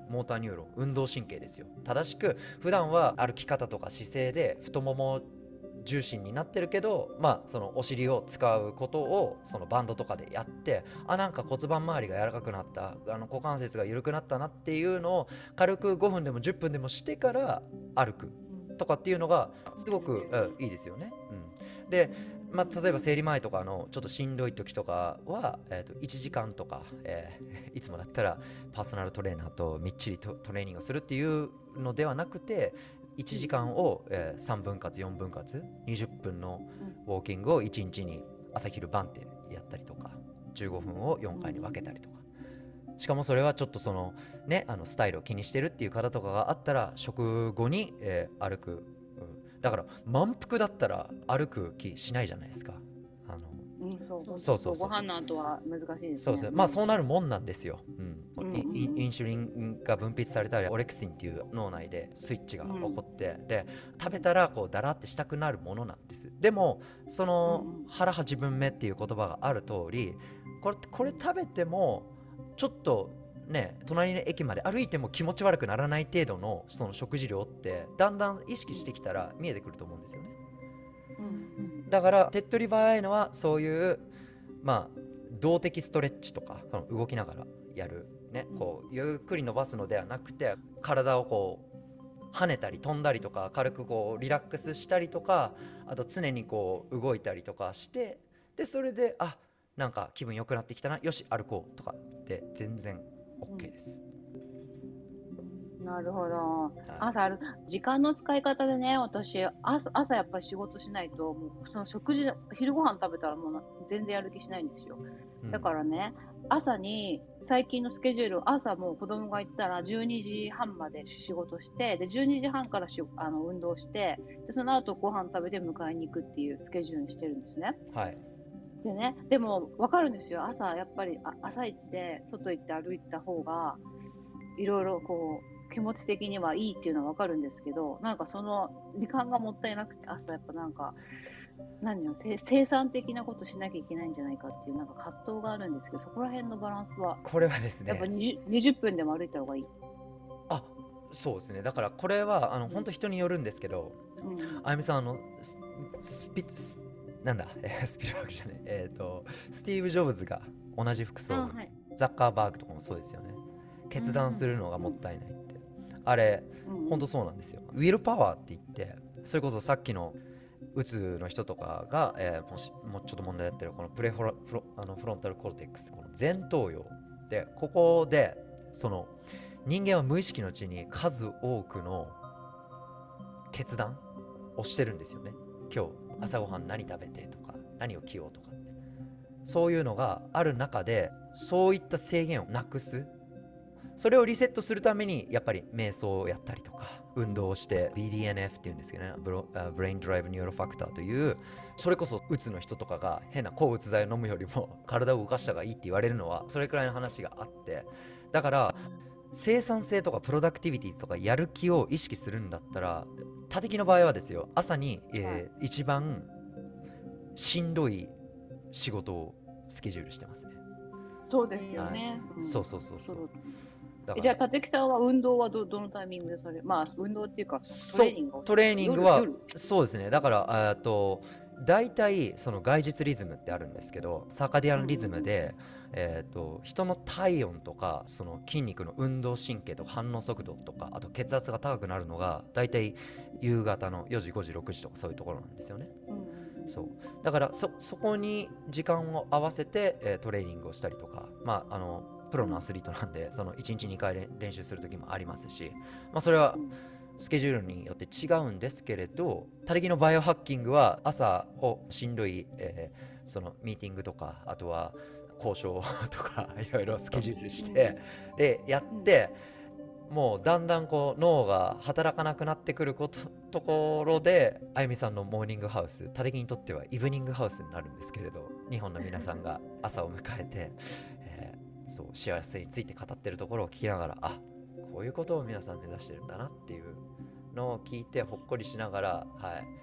モーターニューロン、運動神経ですよ。正しく普段は歩き方とか姿勢で太もも重心になってるけど、そのお尻を使うことをそのバンドとかでやって、なんか骨盤周りが柔らかくなった、股関節が緩くなったなっていうのを軽く5分でも10分でもしてから歩くとかっていうのがすごく、いいですよね。で、例えば生理前とかのちょっとしんどい時とかは、1時間とか、いつもだったらパーソナルトレーナーとみっちりトレーニングをするっていうのではなくて、1時間を、3分割4分割20分のウォーキングを1日に朝昼晩ってやったりとか、15分を4回に分けたりとか、しかもそれはちょっとそのね、スタイルを気にしてるっていう方とかがあったら食後に、歩く、だから満腹だったら歩く気しないじゃないですか。 そうご飯の後は難しいですね。 そうですね。そうなるもんなんですよ。インシュリンが分泌されたり、オレクシンっていう脳内でスイッチが起こって、で食べたらこうだらってしたくなるものなんです。でもその腹八分目っていう言葉がある通り、これ食べてもちょっとね、隣の駅まで歩いても気持ち悪くならない程度のその食事量ってだんだん意識してきたら見えてくると思うんですよね。だから手っ取り早いのはそういう動的ストレッチとか、動きながらやるね、こうゆっくり伸ばすのではなくて、体をこう跳ねたり飛んだりとか、軽くこうリラックスしたりとか、あと常にこう動いたりとかして、でそれでなんか気分良くなってきたな、よし歩こうとかって全然 OK です。 なるほど。朝時間の使い方でね、私朝やっぱり仕事しないと、もうその食事、昼ご飯食べたらもう全然やる気しないんですよ。だからね、朝に最近のスケジュール、朝もう子供が行ったら12時半まで仕事して、で12時半から運動して、でその後ご飯食べて迎えに行くっていうスケジュールにしてるんですね。でね、でも分かるんですよ。朝やっぱり朝一で外行って歩いた方がいろいろこう気持ち的にはいいっていうのは分かるんですけど、なんかその時間がもったいなくて、朝やっぱなんか生産的なことしなきゃいけないんじゃないかっていうなんか葛藤があるんですけど、そこら辺のバランスはこれはですね、 やっぱ20分でも歩いた方がいい。 そうですね。だからこれは本当人によるんですけど、あゆみさんスピルバーグじゃねスティーブ・ジョブズが同じ服装、ザッカーバーグとかもそうですよね。決断するのがもったいないって、あれ本当そうなんですよ。ウィルパワーって言って、それこそさっきのうつの人とかが、もうちょっと問題やってるこのフロンタルコルテックス、この前頭葉で、ここでその人間は無意識のうちに数多くの決断をしてるんですよね。今日朝ごはん何食べてとか、何を着ようとかって、そういうのがある中で、そういった制限をなくす、それをリセットするためにやっぱり瞑想をやったりとか運動をして、 BDNF っていうんですけどね、ブレインドライブニューロファクターという、それこそうつの人とかが変な抗うつ剤を飲むよりも体を動かした方がいいって言われるのはそれくらいの話があって、だから生産性とかプロダクティビティとかやる気を意識するんだったら、他的の場合はですよ、朝に、一番しんどい仕事をスケジュールしてますね。 そうですよね。 そうじゃあ立木さんは運動はどのタイミングでされる？運動っていうかトレーニングはそうですね。だから大体その外日リズムってあるんですけど、サーカディアンリズムで、人の体温とかその筋肉の運動神経とか反応速度とか、あと血圧が高くなるのが大体夕方の4時5時6時とかそういうところなんですよね。そうだからそこに時間を合わせて、トレーニングをしたりとか、プロのアスリートなんで、その1日2回練習する時もありますし、それはスケジュールによって違うんですけれど、他力のバイオハッキングは朝をしんどい、そのミーティングとか、あとは交渉とかいろいろスケジュールして、でやって、もうだんだんこう脳が働かなくなってくるところで、あゆみさんのモーニングハウス、他力にとってはイブニングハウスになるんですけれど、日本の皆さんが朝を迎えて、そう幸せについて語ってるところを聞きながら、こういうことを皆さん目指してるんだなっていうのを聞いてほっこりしながら、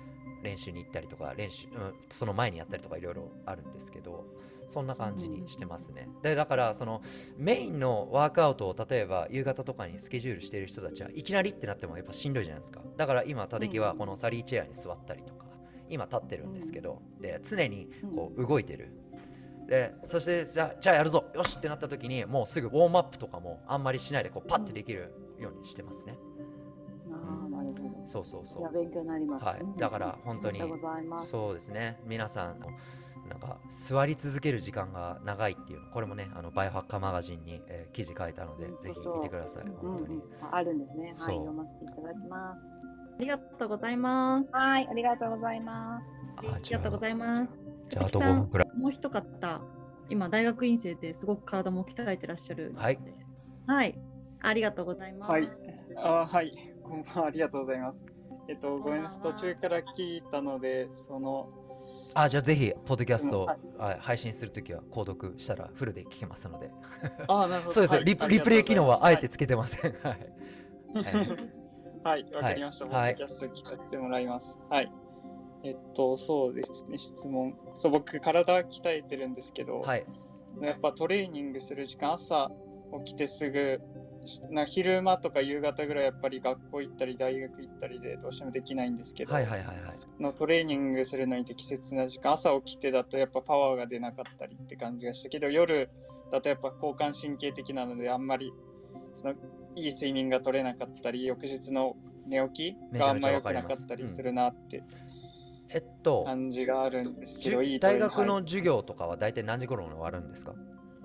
練習に行ったりとかその前にやったりとかいろいろあるんですけど、そんな感じにしてますね。でだからそのメインのワークアウトを例えば夕方とかにスケジュールしている人たちはいきなりってなってもやっぱしんどいじゃないですか。だから今タデキはこのサリーチェアに座ったりとか、今立ってるんですけど、で常にこう動いてる。でそしてじゃあやるぞよしってなった時にもうすぐウォームアップとかもあんまりしないでこうパッてできるようにしてますね。 なるほど。 そうそうそう。 いや勉強になります。 はい。だから本当にそうですね。皆さんなんか座り続ける時間が長いっていうの、これもねバイオハッカーマガジンに、記事書いたのでぜひ見てください。本当に、 あるんですね。はい、読ませていただきます。 ありがとうございます。 はい、ありがとうございます。 ありがとうございます。 じゃああと5分くらい。 もう一方、今大学院生ですごく体も鍛えてらっしゃるので、 はいはい、ありがとうございます。 はい、はい、こんばんは、ありがとうございます。ごめんなさい、途中から聞いたので、 じゃあぜひポッドキャスト、配信するときは購読したらフルで聞けますので。 なるほど。 そうです、はい、リプレイ機能はあえてつけてません。はい。 はい、わかりました。ポッドキャスト聞かせてもらいます。はい。そうですね、質問。そう、僕、体鍛えてるんですけど、 はい、 やっぱトレーニングする時間、朝起きてすぐ、昼間とか夕方ぐらいやっぱり学校行ったり大学行ったりでどうしてもできないんですけど、のトレーニングするのに適切な時間、朝起きてだとやっぱパワーが出なかったりって感じがしたけど、夜だとやっぱ交感神経的なのであんまりいい睡眠が取れなかったり、翌日の寝起きがあんま良くなかったりするなって感じがあるんですけど、 大学の授業とかは大体何時頃に終わるんですか？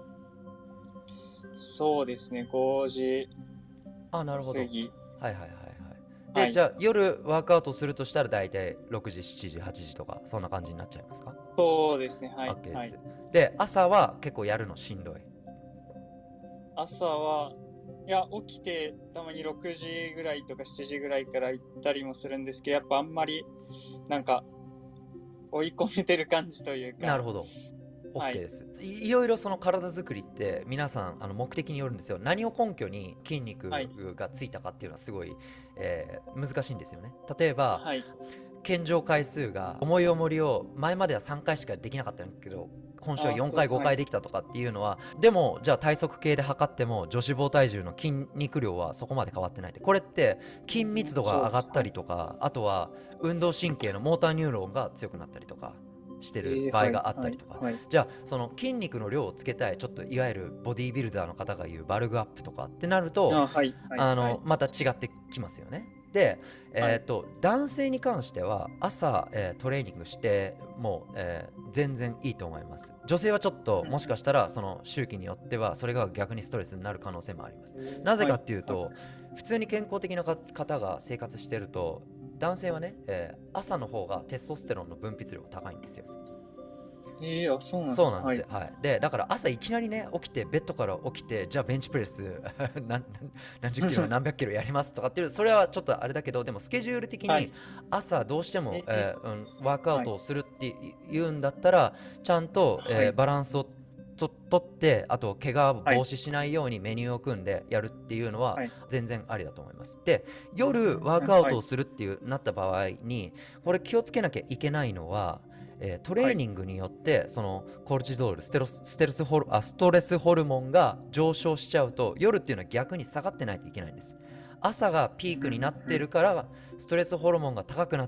そうですね、5時なるほど。 過ぎ。 で、じゃあ夜ワークアウトするとしたら大体6時、7時、8時とかそんな感じになっちゃいますか？ そうですね、はい。 OK です。で、朝は結構やるのしんどい？ 朝はいや起きてたまに6時ぐらいとか7時ぐらいから行ったりもするんですけど、やっぱあんまりなんか追い込めてる感じというか。 なるほど。OK です。いろいろその体作りって皆さん目的によるんですよ。何を根拠に筋肉がついたかっていうのはすごい、難しいんですよね。例えば、健常回数が重い重りを前までは3回しかできなかったんだけど今週は4回5回できたとかっていうのは、でもじゃあ体側計で測っても女子棒体重の筋肉量はそこまで変わってないって、これって筋密度が上がったりとか、あとは運動神経のモーターニューロンが強くなったりとかしてる場合があったりとか、じゃあその筋肉の量をつけたい、ちょっといわゆるボディービルダーの方が言うバルグアップとかってなるとまた違ってきますよね。で、男性に関しては朝、トレーニングしても、全然いいと思います。女性はちょっともしかしたらその周期によってはそれが逆にストレスになる可能性もあります。なぜかっていうと、普通に健康的な方が生活してると男性はね、朝の方がテストステロンの分泌量が高いんですよ。 そうなんです。 そうなんです。でだから朝いきなりね起きてベッドから起きてじゃあベンチプレス何十キロ何百キロやりますとかっていう、それはちょっとあれだけど、でもスケジュール的に朝どうしても、ワークアウトをするっていうんだったらちゃんと、バランスをとって、あと怪我を防止しないようにメニューを組んでやるっていうのは全然ありだと思います。で夜ワークアウトをするっていうなった場合にこれ気をつけなきゃいけないのは、トレーニングによってそのコルチゾールストレスホルモンが上昇しちゃうと夜っていうのは逆に下がってないといけないんです。朝がピークになってるからストレスホルモンが高くなって、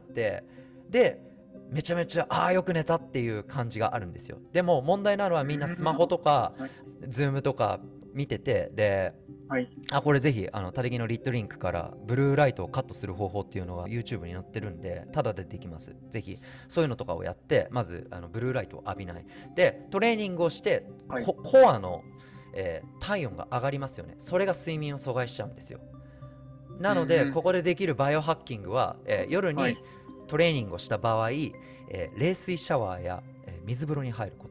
でめちゃめちゃよく寝たっていう感じがあるんですよ。でも問題なのはみんなスマホとかズームとか見てて、でこれぜひタデギのリットリンクからブルーライトをカットする方法っていうのが YouTube に載ってるんでタダでできます。ぜひそういうのとかをやって、まずブルーライトを浴びないでトレーニングをして、コアの、体温が上がりますよね。それが睡眠を阻害しちゃうんですよ。なので、ここでできるバイオハッキングは、夜にトレーニングをした場合、冷水シャワーや、水風呂に入ること。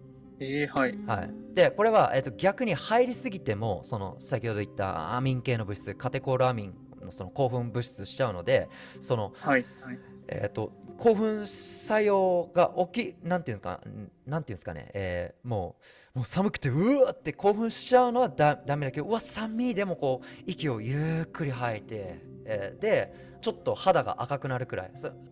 でこれは、逆に入りすぎてもその先ほど言ったアミン系の物質カテコールアミンのその興奮物質しちゃうので、その、興奮作用がなんていうんですかね、もう寒くてうわって興奮しちゃうのはダメだけど、寒いでもこう息をゆっくり吐いて、でちょっと肌が赤くなるくらい、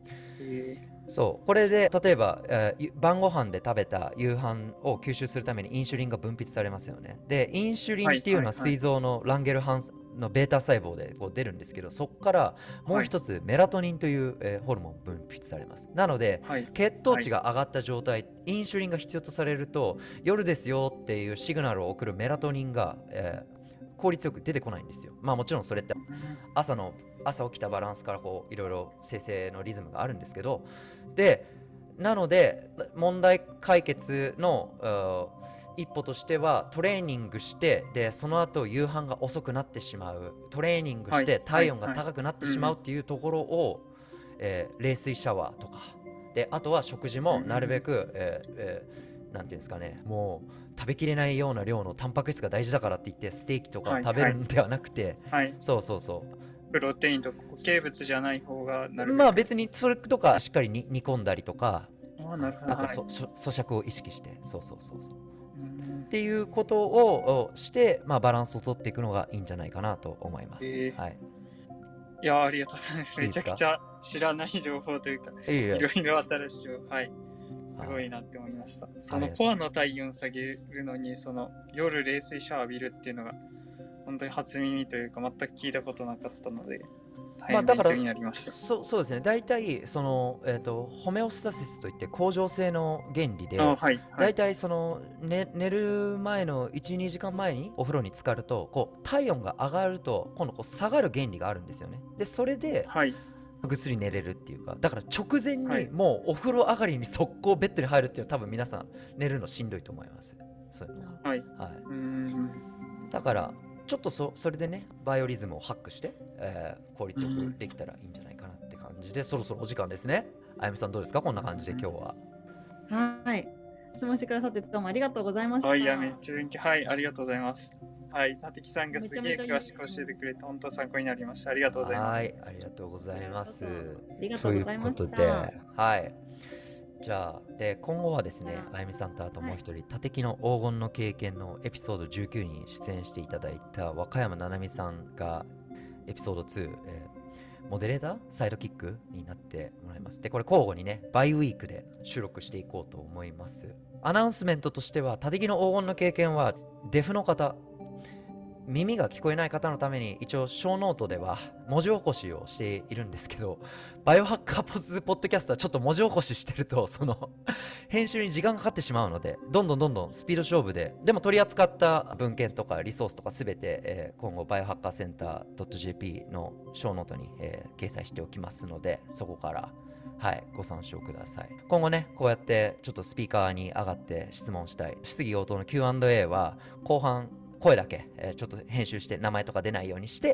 そうこれで例えば、晩ご飯で食べた夕飯を吸収するためにインシュリンが分泌されますよね。でインシュリンっていうのは膵臓のランゲルハンのベータ細胞でこう出るんですけど、そこからもう一つメラトニンという、ホルモン分泌されます。なので、血糖値が上がった状態、インシュリンが必要とされると夜ですよっていうシグナルを送るメラトニンが、効率よく出てこないんですよ。まあもちろんそれって朝起きたバランスからこういろいろ生成のリズムがあるんですけど、でなので問題解決の一歩としてはトレーニングして、でその後夕飯が遅くなってしまう、トレーニングして体温が高くなってしまうっていうところを、冷水シャワーとかで、あとは食事もなるべく、なんていうんですかね、もう食べきれないような量のタンパク質が大事だからって言ってステーキとか食べるんではなくて、そうプロテインとか固形物じゃない方がなるべく、 まあ別にそれとかしっかりに煮込んだりとか、 あと、咀嚼を意識して、そうっていうことをして、まあ、バランスを取っていくのがいいんじゃないかなと思います。 いや、ありがとうございます。めちゃくちゃ知らない情報というか、いろいろ新しい情報、すごいなって思いました。そのコアの体温下げるのに、その夜冷水シャワー浴びるっていうのが本当に初耳というか、全く聞いたことなかったので、大変勉強になりました。 そうですね。大体そのホメオスタシスといって恒常性の原理で、大体その、寝る前の 1,2 時間前にお風呂に浸かるとこう体温が上がると今度こう下がる原理があるんですよね。でそれで、ぐっすり寝れるっていうか、だから直前にもうお風呂上がりに速攻ベッドに入るっていうのは多分皆さん寝るのしんどいと思います。そういうのだからちょっとそれでねバイオリズムをハックして、効率よくできたらいいんじゃないかなって感じで、そろそろお時間ですね。あやみさんどうですか、こんな感じで今日は。 質問してくださってどうもありがとうございました。 めっちゃ勉強、ありがとうございます。立木さんがすげえ詳しく教えてくれて本当参考になりました。ありがとうございます。 ありがとうございます。 ということで、 じゃあで今後はですね、あやみさんとあともう一人、立木の黄金の経験のエピソード19に出演していただいた若山ななみさんがエピソード2、モデレーターサイドキックになってもらいます。でこれ交互にねバイウィークで収録していこうと思います。アナウンスメントとしては、立木の黄金の経験はデフの方、耳が聞こえない方のために一応小ノートでは文字起こしをしているんですけど、バイオハッカーポッドキャストはちょっと文字起こししてるとその編集に時間かかってしまうので、どんどんスピード勝負で、でも取り扱った文献とかリソースとかすべて、今後バイオハッカーセンター .jp の小ノートに、掲載しておきますので、そこからご参照ください。今後ねこうやってちょっとスピーカーに上がって質問したい、質疑応答の Q&A は後半声だけ、ちょっと編集して名前とか出ないようにして、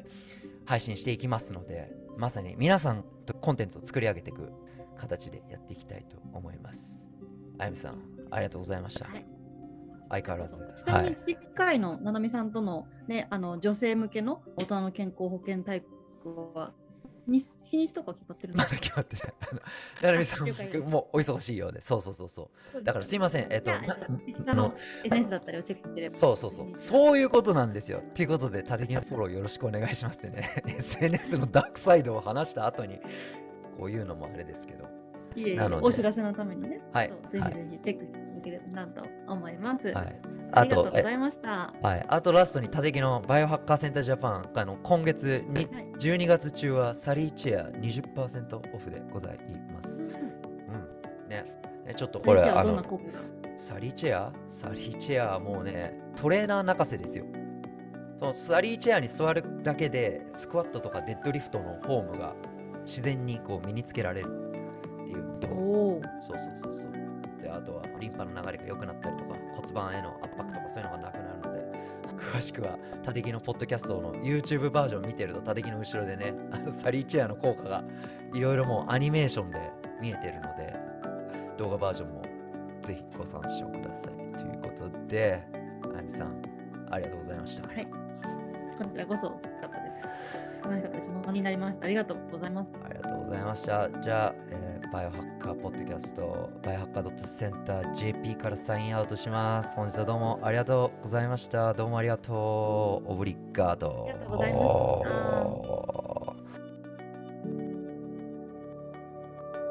配信していきますので、まさに皆さんとコンテンツを作り上げていく形でやっていきたいと思います。あやみさんありがとうございました。相変わらず。 ちなみに次回のななみさんとのね、女性向けの大人の健康保険大会は日にちとか決まってるの？ まだ決まってない。ななみさんもうお忙しいようで、そうだからすいません、 SNS だったりをチェックしてれば、 そういうことなんですよ。ということで立木のフォローよろしくお願いしますね。SNS のダークサイドを話した後にこういうのもあれですけど、 なのでお知らせのためにね、ぜひぜひチェックしていただければなと思います。ありがとうございました。 あとラストに立木のバイオハッカーセンタージャパン今月に12月中はサリーチェア 20% オフでございます。ちょっとこれサリーチェアはもうねトレーナー泣かせですよ。そのサリーチェアに座るだけでスクワットとかデッドリフトのフォームが自然にこう身につけられるっていうと、であとはリンパの流れが良くなったりとか骨盤への圧迫とかそういうのがなくなるので、詳しくは立木のポッドキャストの YouTube バージョン見てると立木の後ろでねサリーチェアの効果がいろいろもうアニメーションで見えてるので、動画バージョンもぜひご参照くださいということで、あやみさんありがとうございました。 こちらこそ楽しかったです。楽しかったです。ものになりました。ありがとうございます。 ありがとうございました。じゃあ、バイオハッカーポッドキャストバイオハッカー.center JP からサインアウトします。本日はどうもありがとうございました。どうもありがとう。オブリガード。 ありがとうございました。